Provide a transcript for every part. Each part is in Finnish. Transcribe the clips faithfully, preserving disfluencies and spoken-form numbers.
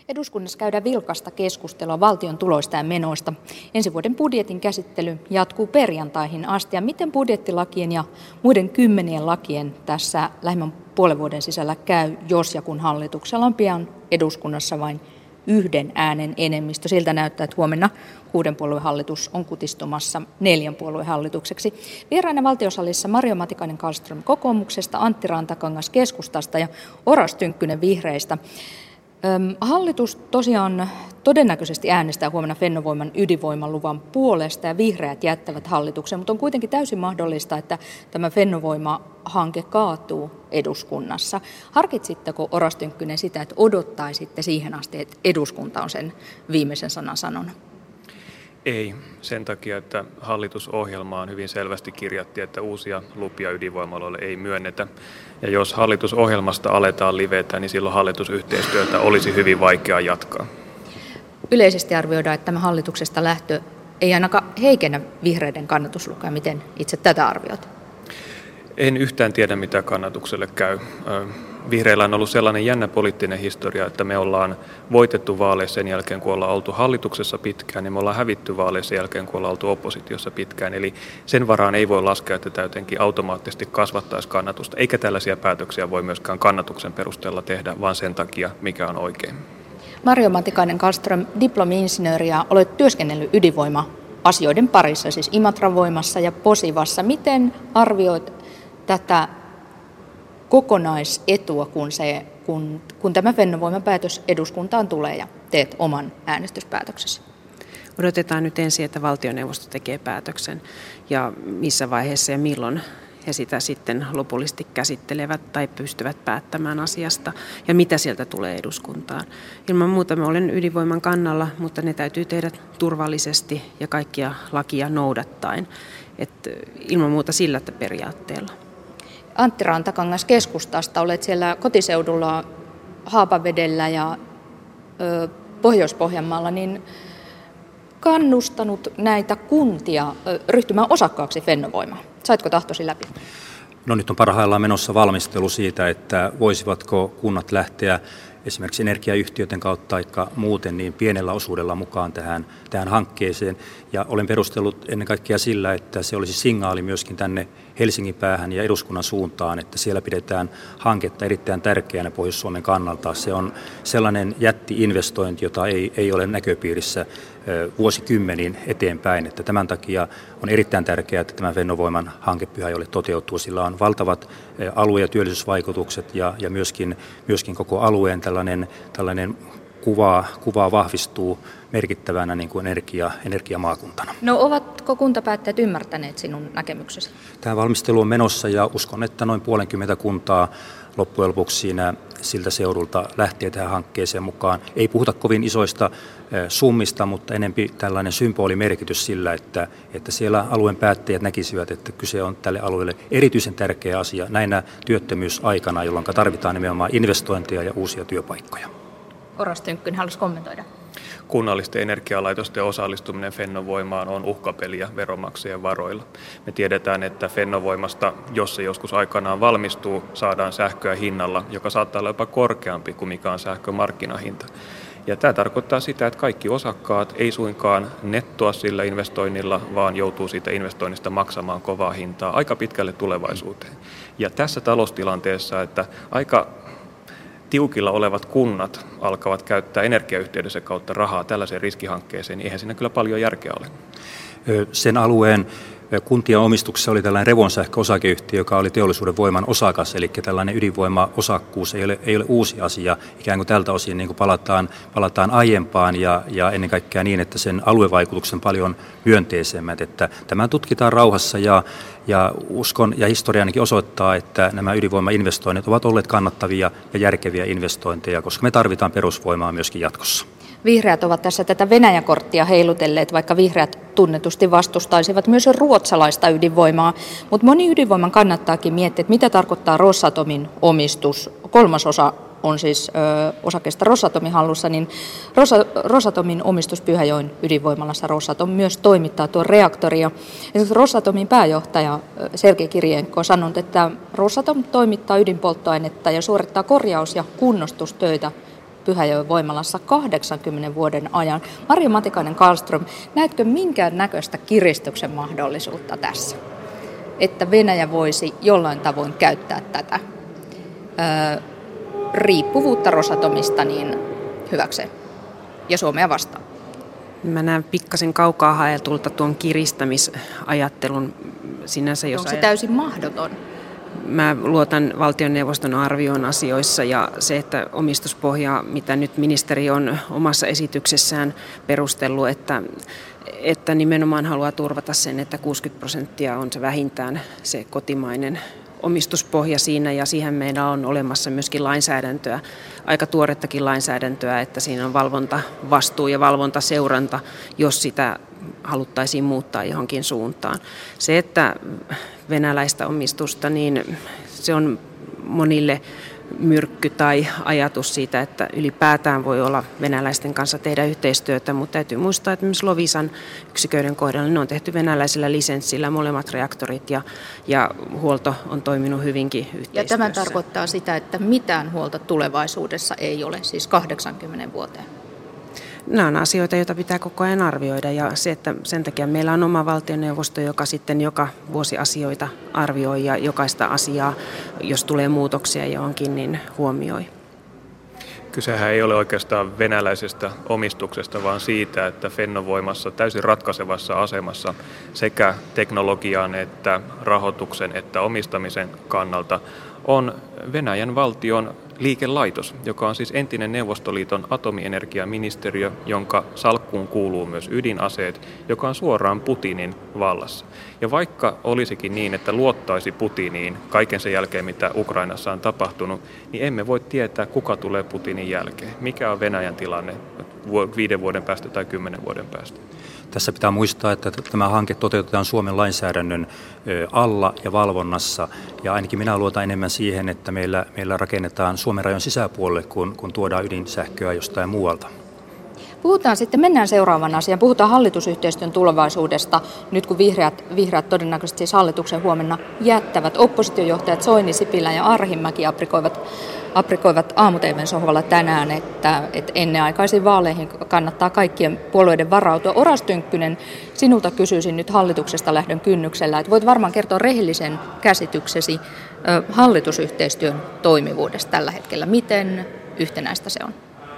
Eduskunnassa käydään vilkasta keskustelua valtion tuloista ja menoista. Ensi vuoden budjetin käsittely jatkuu perjantaihin asti. Ja miten budjettilakien ja muiden kymmenien lakien tässä lähimmän puolen vuoden sisällä käy, jos ja kun hallituksella on pian eduskunnassa vain yhden äänen enemmistö. Siltä näyttää, että huomenna kuuden puolueen hallitus on kutistumassa neljän puolueen hallitukseksi. Vieraana valtiosalissa Marjo Matikainen-Kallström kokoomuksesta, Antti Rantakangas keskustasta ja Oras Tynkkynen vihreistä. Hallitus tosiaan todennäköisesti äänestää huomenna Fennovoiman ydinvoimaluvan puolesta ja vihreät jättävät hallituksen, mutta on kuitenkin täysin mahdollista, että tämä Fennovoima-hanke kaatuu eduskunnassa. Harkitsitteko, Oras Tynkkynen, sitä, että odottaisitte siihen asti, että eduskunta on sen viimeisen sanan sanonut? Ei, sen takia, että hallitusohjelmaan hyvin selvästi kirjattiin, että uusia lupia ydinvoimaloille ei myönnetä. Ja jos hallitusohjelmasta aletaan livetä, niin silloin hallitusyhteistyötä olisi hyvin vaikea jatkaa. Yleisesti arvioidaan, että tämä hallituksesta lähtö ei ainakaan heikennä vihreiden kannatuslukuja. Miten itse tätä arvioit? En yhtään tiedä, mitä kannatukselle käy. Vihreillä on ollut sellainen jännä poliittinen historia, että me ollaan voitettu vaaleissa sen jälkeen, kun ollaan oltu hallituksessa pitkään, niin me ollaan hävitty vaaleissa sen jälkeen, kun ollaan oltu oppositiossa pitkään. Eli sen varaan ei voi laskea, että tämä jotenkin automaattisesti kasvattaisi kannatusta, eikä tällaisia päätöksiä voi myöskään kannatuksen perusteella tehdä, vaan sen takia, mikä on oikein. Marjo Matikainen-Kallström, diplomi-insinööri, ja olet työskennellyt ydinvoima-asioiden parissa, siis Imatran voimassa ja Posivassa. Miten arvioit tätä kokonaisetua, kun, se, kun, kun tämä Fennovoiman päätös eduskuntaan tulee ja teet oman äänestyspäätöksesi? Odotetaan nyt ensin, että valtioneuvosto tekee päätöksen ja missä vaiheessa ja milloin he sitä sitten lopullisesti käsittelevät tai pystyvät päättämään asiasta ja mitä sieltä tulee eduskuntaan. Ilman muuta mä olen ydinvoiman kannalla, mutta ne täytyy tehdä turvallisesti ja kaikkia lakia noudattaen. Et ilman muuta sillä periaatteella. Antti Rantakangas keskustasta, olet siellä kotiseudulla Haapavedellä ja ö, Pohjois-Pohjanmaalla, niin kannustanut näitä kuntia ö, ryhtymään osakkaaksi Fennovoimaan. Saitko tahtosi läpi? No nyt on parhaillaan menossa valmistelu siitä, että voisivatko kunnat lähteä esimerkiksi energiayhtiöiden kautta tai muuten niin pienellä osuudella mukaan tähän, tähän hankkeeseen. Ja olen perustellut ennen kaikkea sillä, että se olisi signaali myöskin tänne Helsingin päähän ja eduskunnan suuntaan, että siellä pidetään hanketta erittäin tärkeänä Pohjois-Suomen kannalta. Se on sellainen jätti-investointi, jota ei, ei ole näköpiirissä vuosikymmeniin eteenpäin. Että tämän takia on erittäin tärkeää, että tämä Fennovoiman hankepyhäjoelle toteutuu. Sillä on valtavat alue- ja työllisyysvaikutukset ja, ja myöskin, myöskin koko alueen tällainen, tällainen kuva, kuva vahvistuu merkittävänä niin kuin energia, energiamaakuntana. No ovatko kuntapäättäjät ymmärtäneet sinun näkemyksesi? Tämä valmistelu on menossa ja uskon, että noin puolenkymmentä kuntaa loppujen lopuksi siinä siltä seudulta lähtee tähän hankkeeseen mukaan. Ei puhuta kovin isoista summista, mutta enempi tällainen symbolimerkitys sillä, että, että siellä alueen päättäjät näkisivät, että kyse on tälle alueelle erityisen tärkeä asia näinä työttömyysaikana, jolloin tarvitaan nimenomaan investointeja ja uusia työpaikkoja. Oras Tynkkynen, haluaisi kommentoida? Kunnallisten energialaitosten osallistuminen Fennovoimaan on uhkapeliä veronmaksajien varoilla. Me tiedetään, että Fennovoimasta, jos se joskus aikanaan valmistuu, saadaan sähköä hinnalla, joka saattaa olla jopa korkeampi kuin mikä on sähkön markkinahinta. Ja tämä tarkoittaa sitä, että kaikki osakkaat ei suinkaan nettoa sillä investoinnilla, vaan joutuu siitä investoinnista maksamaan kovaa hintaa aika pitkälle tulevaisuuteen. Ja tässä taloustilanteessa, että aika tiukilla olevat kunnat alkavat käyttää energiayhteydessä kautta rahaa tällaiseen riskihankkeeseen, niin eihän siinä kyllä paljon järkeä ole. Sen alueen kuntien omistuksessa oli tällainen Revonsähkö-osakeyhtiö, joka oli teollisuuden voiman osakas, eli tällainen ydinvoimaosakkuus ei ole, ei ole uusi asia. Ikään kuin tältä osin niin kuin palataan, palataan aiempaan ja, ja ennen kaikkea niin, että sen aluevaikutukset on paljon myönteisemmät. Että tämä tutkitaan rauhassa ja, ja uskon ja historia ainakin osoittaa, että nämä ydinvoimainvestoinnit ovat olleet kannattavia ja järkeviä investointeja, koska me tarvitaan perusvoimaa myöskin jatkossa. Vihreät ovat tässä tätä Venäjä-korttia heilutelleet, vaikka vihreät tunnetusti vastustaisivat myös ruotsalaista ydinvoimaa. Mutta moni ydinvoiman kannattaakin miettiä, että mitä tarkoittaa Rosatomin omistus. Kolmasosa on siis ö, osakkeesta Rosatomin hallussa, niin Rosa, Rosatomin omistus Pyhäjoen ydinvoimalassa Rosatom myös toimittaa tuon reaktoria. Esimerkiksi Rosatomin pääjohtaja Sergei Kirjenko on sanonut, että Rosatom toimittaa ydinpolttoainetta ja suorittaa korjaus- ja kunnostustöitä Pyhäjoen voimalassa kahdeksankymmenen vuoden ajan. Marja Matikainen-Kallström, näetkö minkään näköistä kiristyksen mahdollisuutta tässä? Että Venäjä voisi jollain tavoin käyttää tätä ö, riippuvuutta Rosatomista niin hyväkseen ja Suomea vastaan? Mä näen pikkasen kaukaa haetulta tuon kiristämisajattelun sinänsä. Jos Onko se ajat... täysin mahdoton? Mä luotan valtioneuvoston arvioon asioissa ja se, että omistuspohja, mitä nyt ministeri on omassa esityksessään perustellut, että, että nimenomaan haluaa turvata sen, että kuusikymmentä prosenttia on se vähintään se kotimainen omistuspohja siinä ja siihen meillä on olemassa myöskin lainsäädäntöä, aika tuorettakin lainsäädäntöä, että siinä on valvontavastuu ja valvontaseuranta, jos sitä haluttaisiin muuttaa johonkin suuntaan. Se, että venäläistä omistusta, niin se on monille myrkky tai ajatus siitä, että ylipäätään voi olla venäläisten kanssa tehdä yhteistyötä, mutta täytyy muistaa, että myös Loviisan yksiköiden kohdalla ne on tehty venäläisellä lisenssillä molemmat reaktorit ja, ja huolto on toiminut hyvinkin yhteistyössä. Ja tämä tarkoittaa sitä, että mitään huolta tulevaisuudessa ei ole, siis kahdeksankymmenen vuoteen. Nämä on asioita, joita pitää koko ajan arvioida ja se, että sen takia meillä on oma valtioneuvosto, joka sitten joka vuosi asioita arvioi ja jokaista asiaa, jos tulee muutoksia johonkin, niin huomioi. Kysehän ei ole oikeastaan venäläisestä omistuksesta, vaan siitä, että Fennovoimassa täysin ratkaisevassa asemassa sekä teknologian että rahoituksen että omistamisen kannalta on Venäjän valtion liikelaitos, joka on siis entinen Neuvostoliiton atomienergiaministeriö, jonka salkkuun kuuluu myös ydinaseet, joka on suoraan Putinin vallassa. Ja vaikka olisikin niin, että luottaisi Putiniin kaiken sen jälkeen, mitä Ukrainassa on tapahtunut, niin emme voi tietää, kuka tulee Putinin jälkeen. Mikä on Venäjän tilanne viiden vuoden päästä tai kymmenen vuoden päästä? Tässä pitää muistaa, että tämä hanke toteutetaan Suomen lainsäädännön alla ja valvonnassa. Ja ainakin minä luotan enemmän siihen, että meillä, meillä rakennetaan Suomen rajan sisäpuolelle, kun, kun tuodaan ydinsähköä jostain muualta. Puhutaan sitten, mennään seuraavan asiaan. Puhutaan hallitusyhteistyön tulevaisuudesta. Nyt kun vihreät, vihreät todennäköisesti siis hallituksen huomenna jättävät, oppositiojohtajat Soini, Sipilä ja Arhinmäki aprikoivat, aprikoivat aamu-T V:n sohvalla tänään, että, että ennenaikaisiin vaaleihin kannattaa kaikkien puolueiden varautua. Oras Tynkkynen, sinulta kysyisin nyt hallituksesta lähdön kynnyksellä, että voit varmaan kertoa rehellisen käsityksesi hallitusyhteistyön toimivuudesta tällä hetkellä. Miten yhtenäistä se on?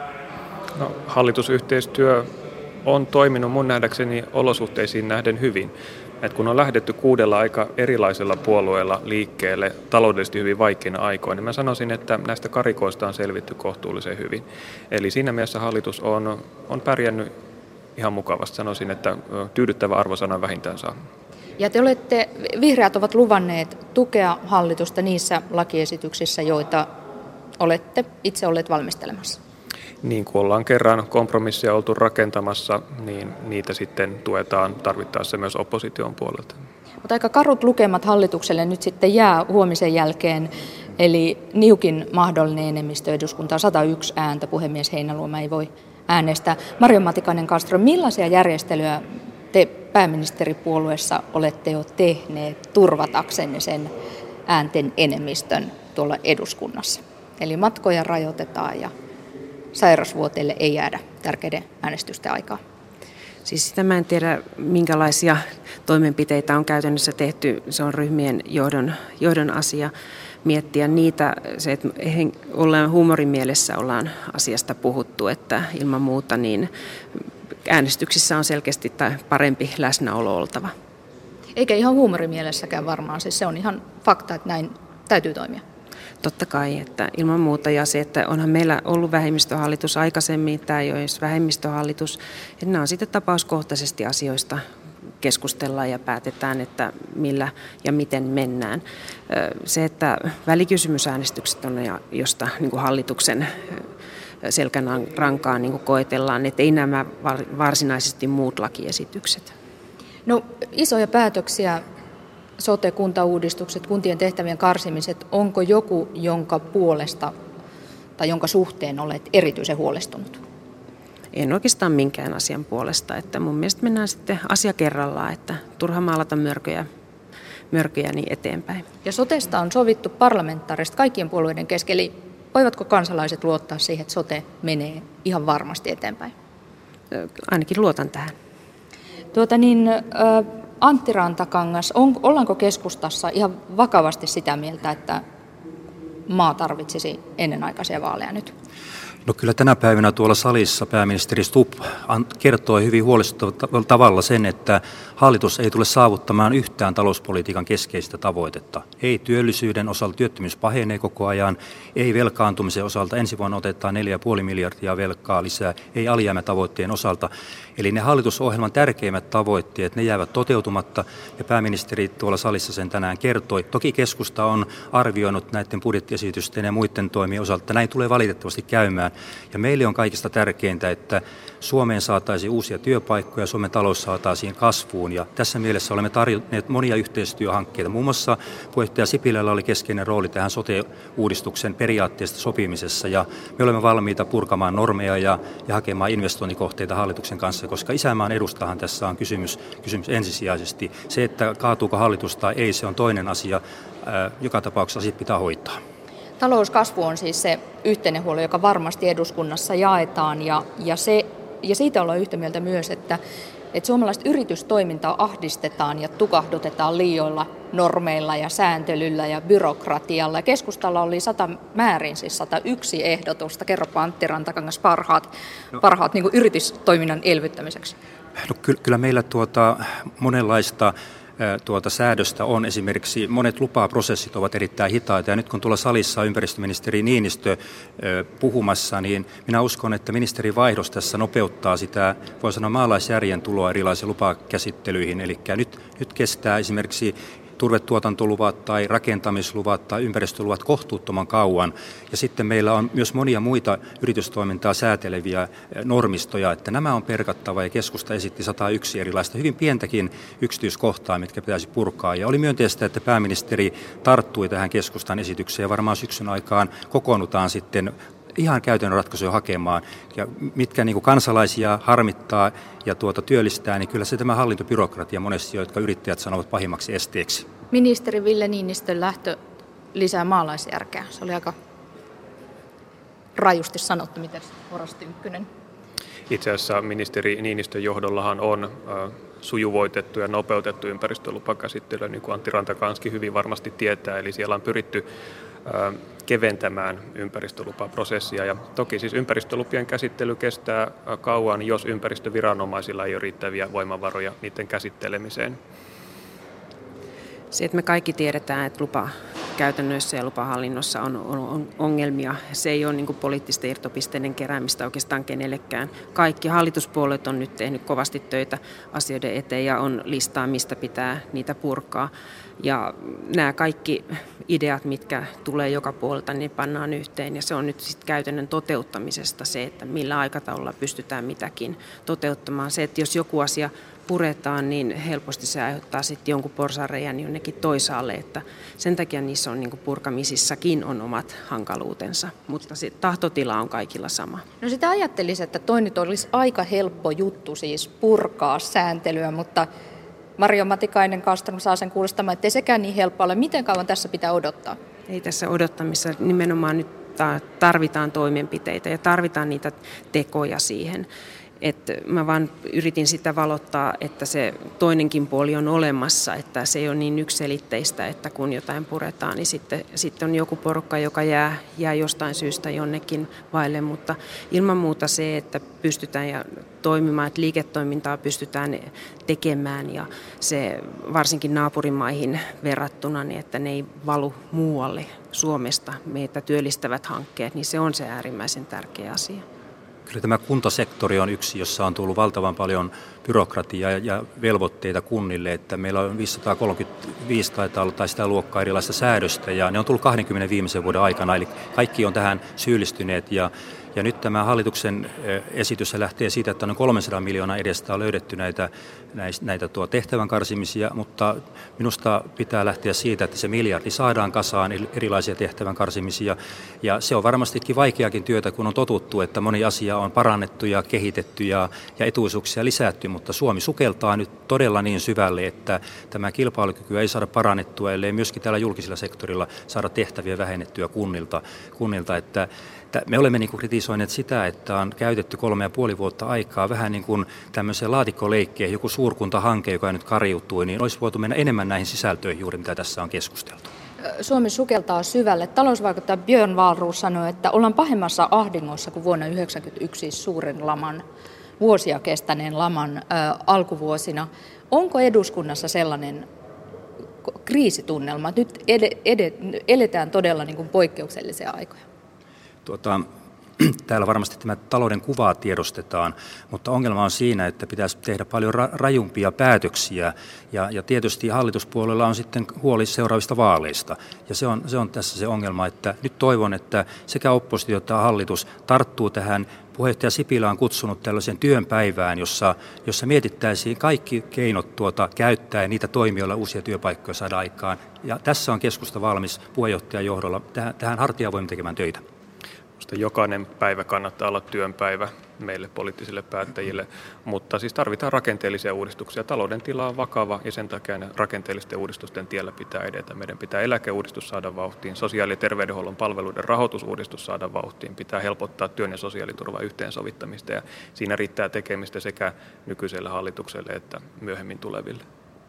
No, hallitusyhteistyö on toiminut mun nähdäkseni olosuhteisiin nähden hyvin. Et kun on lähdetty kuudella aika erilaisella puolueella liikkeelle taloudellisesti hyvin vaikeina aikoina, niin mä sanoisin, että näistä karikoista on selvitty kohtuullisen hyvin. Eli siinä mielessä hallitus on, on pärjännyt ihan mukavasti. Sanoisin, että tyydyttävä arvosana vähintään saa. Ja te olette, vihreät ovat luvanneet tukea hallitusta niissä lakiesityksissä, joita olette itse olleet valmistelemassa. Niin kuin ollaan kerran kompromissia oltu rakentamassa, niin niitä sitten tuetaan tarvittaessa myös opposition puolelta. Mutta aika karut lukemat hallitukselle nyt sitten jää huomisen jälkeen, eli niukin mahdollinen enemmistö eduskuntaa, sata yksi ääntä, puhemies Heinäluoma ei voi äänestää. Marja Matikainen-Kallström, millaisia järjestelyjä te pääministeripuolueessa olette jo tehneet turvataksenne sen äänten enemmistön tuolla eduskunnassa? Eli matkoja rajoitetaan ja sairausvuoteille ei jäädä tärkeiden äänestysten aikaa. Siis sitä mä en tiedä, minkälaisia toimenpiteitä on käytännössä tehty. Se on ryhmien johdon, johdon asia miettiä niitä. Se, että ollaan huumorin mielessä ollaan asiasta puhuttu, että ilman muuta niin äänestyksissä on selkeästi parempi läsnäolo oltava. Eikä ihan huumorimielessäkään varmaan. Siis se on ihan fakta, että näin täytyy toimia. Totta kai, että ilman muuta ja se, että onhan meillä ollut vähemmistöhallitus aikaisemmin, tämä ei ole edes vähemmistöhallitus, että nämä on sitten tapauskohtaisesti asioista keskustellaan ja päätetään, että millä ja miten mennään. Se, että välikysymysäänestykset on, josta niin kuin hallituksen selkärankaa niin kuin koetellaan, että ei nämä varsinaisesti muut lakiesitykset. No isoja päätöksiä. Sote-kuntauudistukset, kuntien tehtävien karsimiset, onko joku, jonka puolesta tai jonka suhteen olet erityisen huolestunut? En oikeastaan minkään asian puolesta, että mun mielestä mennään sitten asia kerrallaan, että turha maalata mörköjä, mörköjä niin eteenpäin. Ja sotesta on sovittu parlamentaarisesti kaikkien puolueiden kesken, eli voivatko kansalaiset luottaa siihen, että sote menee ihan varmasti eteenpäin? Ainakin luotan tähän. Tuota niin, Antti Rantakangas, on, ollaanko keskustassa ihan vakavasti sitä mieltä, että maa tarvitsisi ennenaikaisia vaaleja nyt? No kyllä tänä päivänä tuolla salissa pääministeri Stubb kertoi hyvin huolestuttavalla tavalla sen, että hallitus ei tule saavuttamaan yhtään talouspolitiikan keskeistä tavoitetta. Ei työllisyyden osalta, työttömyys pahenee koko ajan, ei velkaantumisen osalta, ensi vuonna otetaan neljä pilkku viisi miljardia velkaa lisää, ei alijäämätavoitteen osalta. Eli ne hallitusohjelman tärkeimmät tavoitteet, ne jäävät toteutumatta ja pääministeri tuolla salissa sen tänään kertoi. Toki keskusta on arvioinut näiden budjettiesitysten ja muiden toimien osalta, että näin tulee valitettavasti käymään. Ja meille on kaikista tärkeintä, että Suomeen saataisiin uusia työpaikkoja, Suomen talous saataisiin kasvuun. Ja tässä mielessä olemme tarjonneet monia yhteistyöhankkeita. Muun muassa puheenjohtaja Sipilällä oli keskeinen rooli tähän sote-uudistuksen periaatteesta sopimisessa. Ja me olemme valmiita purkamaan normeja ja, ja hakemaan investointikohteita hallituksen kanssa, koska isänmaan edustahan tässä on kysymys, kysymys ensisijaisesti. Se, että kaatuuko hallitus tai ei, se on toinen asia. Ää, joka tapauksessa asiat pitää hoitaa. Talouskasvu on siis se yhteinen huoli, joka varmasti eduskunnassa jaetaan, ja, ja, se, ja siitä ollaan yhtä mieltä myös, että, että suomalaista yritystoimintaa ahdistetaan ja tukahdutetaan liioilla normeilla ja sääntelyllä ja byrokratialla. Keskustalla oli sata määrin, siis sata yksi ehdotusta. Kerropa Antti Rantakangas parhaat, no. parhaat niin kuin yritystoiminnan elvyttämiseksi. No, kyllä meillä tuota, monenlaista Tuota säädöstä on. Esimerkiksi monet lupaprosessit ovat erittäin hitaita, ja nyt kun tuolla salissa on ympäristöministeri Niinistö puhumassa, niin minä uskon, että ministerin vaihdos tässä nopeuttaa sitä, voi sanoa, maalaisjärjen tuloa erilaisiin lupakäsittelyihin. Eli nyt, nyt kestää esimerkiksi turvetuotantoluvat tai rakentamisluvat tai ympäristöluvat kohtuuttoman kauan. Ja sitten meillä on myös monia muita yritystoimintaa sääteleviä normistoja, että nämä on perkattava, ja keskusta esitti sata yksi erilaista hyvin pientäkin yksityiskohtaa, mitkä pitäisi purkaa. Ja oli myönteistä, että pääministeri tarttui tähän keskustan esitykseen, ja varmaan syksyn aikaan kokoonnutaan sitten ihan käytännön ratkaisuja hakemaan, ja mitkä niin kuin kansalaisia harmittaa ja tuota työllistää, niin kyllä se tämä hallintobyrokratia monesti, jotka yrittäjät sanovat pahimmaksi esteeksi. Ministeri Ville Niinistön lähtö lisää maalaisjärkeä. Se oli aika rajusti sanottu. Miten Oras Tynkkynen? Itse asiassa ministeri Niinistön johdollahan on äh, sujuvoitettu ja nopeutettu ympäristölupakäsittelyä, niin kuin Antti Rantakanskin hyvin varmasti tietää. Eli siellä on pyritty äh, keventämään ympäristölupaprosessia. Ja toki siis ympäristölupien käsittely kestää kauan, jos ympäristöviranomaisilla ei ole riittäviä voimavaroja niiden käsittelemiseen. Se, että me kaikki tiedetään, että lupakäytännöissä ja lupahallinnossa on, on, on ongelmia. Se ei ole niin kuin poliittisten irtopisteiden keräämistä oikeastaan kenellekään. Kaikki hallituspuolueet on nyt tehnyt kovasti töitä asioiden eteen ja on listaa, mistä pitää niitä purkaa. Ja nämä kaikki ideat, mitkä tulee joka puolelta, niin pannaan yhteen. Ja se on nyt sitten käytännön toteuttamisesta se, että millä aikataululla pystytään mitäkin toteuttamaan. Se, että jos joku asia puretaan, niin helposti se aiheuttaa sitten jonkun porsaanreiän jonnekin toisaalle, että sen takia niissä on niin kuin purkamisissakin on omat hankaluutensa, mutta se tahtotila on kaikilla sama. No sitä ajattelisi, että toi nyt olisi aika helppo juttu siis purkaa sääntelyä, mutta Marjo Matikainen Kastron saa sen kuulostamaan, että ei sekään niin helppoa ole. Miten kauan tässä pitää odottaa? Ei tässä odottamissa, nimenomaan nyt tarvitaan toimenpiteitä ja tarvitaan niitä tekoja siihen. Että mä vaan yritin sitä valottaa, että se toinenkin puoli on olemassa, että se ei ole niin yksiselitteistä, että kun jotain puretaan, niin sitten, sitten on joku porukka, joka jää, jää jostain syystä jonnekin vaille, mutta ilman muuta se, että pystytään ja toimimaan, että liiketoimintaa pystytään tekemään ja se varsinkin naapurimaihin verrattuna, niin että ne ei valu muualle Suomesta, meitä työllistävät hankkeet, niin se on se äärimmäisen tärkeä asia. Kyllä tämä kuntasektori on yksi, jossa on tullut valtavan paljon byrokratiaa ja velvoitteita kunnille, että meillä on viisisataakolmekymmentäviisi taitaa olla tai sitä luokkaa erilaista säädöstä, ja ne on tullut kaksikymmentä viimeisen vuoden aikana, eli kaikki on tähän syyllistyneet, ja, Ja nyt tämä hallituksen esitys lähtee siitä, että noin kolmesataa miljoonaa edestä on löydetty näitä, näitä tuo tehtävän karsimisia, mutta minusta pitää lähteä siitä, että se miljardi saadaan kasaan erilaisia tehtävän karsimisia. Ja se on varmastikin vaikeakin työtä, kun on totuttu, että moni asia on parannettu ja kehitetty ja, ja etuisuuksia lisätty, mutta Suomi sukeltaa nyt todella niin syvälle, että tämä kilpailukyky ei saada parannettua, ellei myöskin täällä julkisella sektorilla saada tehtäviä vähennettyä kunnilta, kunnilta että me olemme niin kuin kritisoineet sitä, että on käytetty kolme ja puoli vuotta aikaa vähän niin kuin tämmöiseen laatikkoleikkeen, joku suurkuntahanke, joka nyt kariutui, niin olisi voitu mennä enemmän näihin sisältöihin juuri, mitä tässä on keskusteltu. Suomi sukeltaa syvälle. Talousvaikuttaja Björn Wahlroos sanoi, että ollaan pahemmassa ahdingossa kuin vuonna yhdeksänkymmentäyksi, siis suuren laman, vuosia kestäneen laman ä, alkuvuosina. Onko eduskunnassa sellainen kriisitunnelma? Nyt ed- ed- eletään todella niin kuin poikkeuksellisia aikoja. Tuota, täällä varmasti tämä talouden kuvaa tiedostetaan, mutta ongelma on siinä, että pitäisi tehdä paljon ra- rajumpia päätöksiä ja, ja tietysti hallituspuolella on sitten huoli seuraavista vaaleista. Ja se on, se on tässä se ongelma, että nyt toivon, että sekä oppositio että hallitus tarttuu tähän. Puheenjohtaja Sipilä on kutsunut tällaisen työnpäivään, jossa, jossa mietittäisiin kaikki keinot tuota käyttää ja niitä toimijoilla uusia työpaikkoja saada aikaan. Ja tässä on keskusta valmis puheenjohtajan johdolla tähän, tähän hartiavoimin tekemään töitä. Jokainen päivä kannattaa olla työnpäivä meille poliittisille päättäjille, mutta siis tarvitaan rakenteellisia uudistuksia. Talouden tila on vakava ja sen takia rakenteellisten uudistusten tiellä pitää edetä. Meidän pitää eläkeuudistus saada vauhtiin, sosiaali- ja terveydenhuollon palveluiden rahoitusuudistus saada vauhtiin, pitää helpottaa työn ja sosiaaliturvan yhteensovittamista ja siinä riittää tekemistä sekä nykyiselle hallitukselle että myöhemmin tuleville.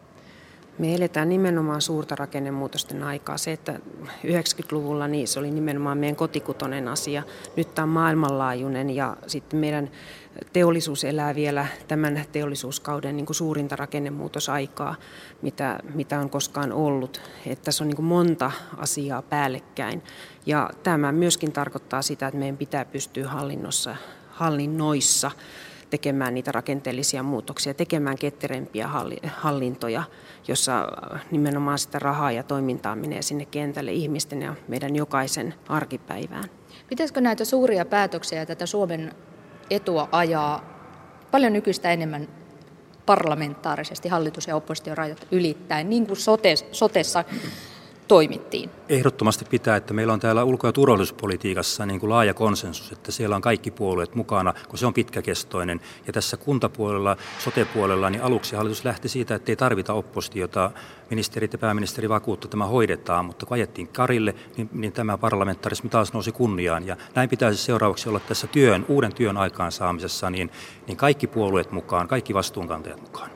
Me eletään nimenomaan suurta rakennemuutosten aikaa. Se, että yhdeksänkymmentäluvulla niin se oli nimenomaan meidän kotikutoinen asia. Nyt tämä on maailmanlaajuinen ja sitten meidän teollisuus elää vielä tämän teollisuuskauden niin kuin suurinta rakennemuutosaikaa, mitä, mitä on koskaan ollut. Että tässä on niin kuin monta asiaa päällekkäin. Ja tämä myöskin tarkoittaa sitä, että meidän pitää pystyä hallinnossa, hallinnoissa tekemään niitä rakenteellisia muutoksia, tekemään ketterempiä hallintoja, jossa nimenomaan sitä rahaa ja toimintaa menee sinne kentälle ihmisten ja meidän jokaisen arkipäivään. Pitäisikö näitä suuria päätöksiä ja tätä Suomen etua ajaa paljon nykyistä enemmän parlamentaarisesti hallitus- ja oppositiorajat ylittäen, niin kuin sote, sotessa toimittiin? Ehdottomasti pitää, että meillä on täällä ulko- ja turvallisuuspolitiikassa niin kuin laaja konsensus, että siellä on kaikki puolueet mukana, kun se on pitkäkestoinen. Ja tässä kuntapuolella, sote-puolella, niin aluksi hallitus lähti siitä, että ei tarvita oppositiota. Ministerit ja pääministeri vakuuttu, että tämä hoidetaan, mutta kun ajettiin karille, niin, niin tämä parlamentarismi taas nousi kunniaan. Ja näin pitäisi seuraavaksi olla tässä työn, uuden työn aikaansaamisessa, niin, niin kaikki puolueet mukaan, kaikki vastuunkantajat mukaan.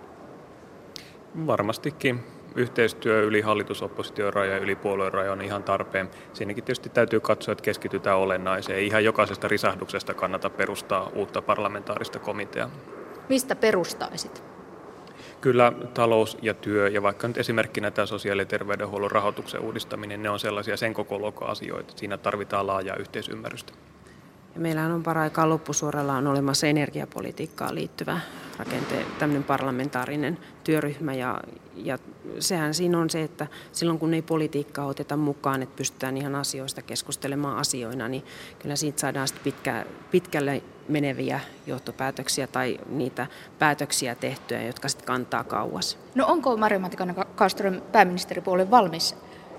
Varmastikin. Yhteistyö yli hallitus-oppositioraja ja yli puolueraja on ihan tarpeen. Siinäkin tietysti täytyy katsoa, että keskitytään olennaiseen. Ei ihan jokaisesta risahduksesta kannata perustaa uutta parlamentaarista komiteaa. Mistä perustaisit? Kyllä talous ja työ ja vaikka nyt esimerkkinä tämä sosiaali- ja terveydenhuollon rahoituksen uudistaminen, ne on sellaisia sen koko luokan asioita. Siinä tarvitaan laajaa yhteisymmärrystä. Ja meillähän on paraikaa loppusuoralla on olemassa energiapolitiikkaan liittyvä rakente, tämmöinen parlamentaarinen työryhmä ja, ja sehän siinä on se, että silloin kun ei politiikkaa oteta mukaan, että pystytään ihan asioista keskustelemaan asioina, niin kyllä siitä saadaan sitten pitkä, pitkälle meneviä johtopäätöksiä tai niitä päätöksiä tehtyä, jotka sitten kantaa kauas. No onko Maria Matikainen-Kallström pääministeripuolue valmis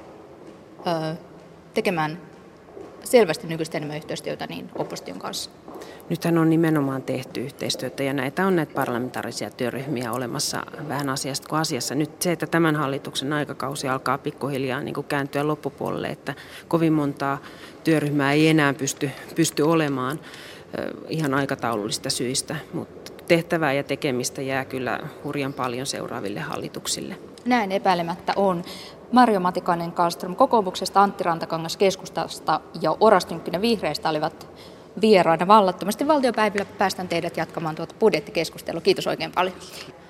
öö, tekemään selvästi nykyistä enemmän yhteistyötä niin opposition kanssa? Nythän on nimenomaan tehty yhteistyötä ja näitä on näitä parlamentaarisia työryhmiä olemassa vähän asiasta kuin asiassa. Nyt se, että tämän hallituksen aikakausi alkaa pikkuhiljaa niin kuin kääntyä loppupuolelle, että kovin montaa työryhmää ei enää pysty, pysty olemaan ihan aikataulullista syistä, mutta tehtävää ja tekemistä jää kyllä hurjan paljon seuraaville hallituksille. Näin epäilemättä on. Maria Matikainen-Kallström kokoomuksesta, Antti Rantakangas keskustasta ja Oras Tynkkynen vihreistä olivat vieraana vallattomasti valtiopäivillä. Päästän teidät jatkamaan tuota budjettikeskustelua. Kiitos oikein paljon.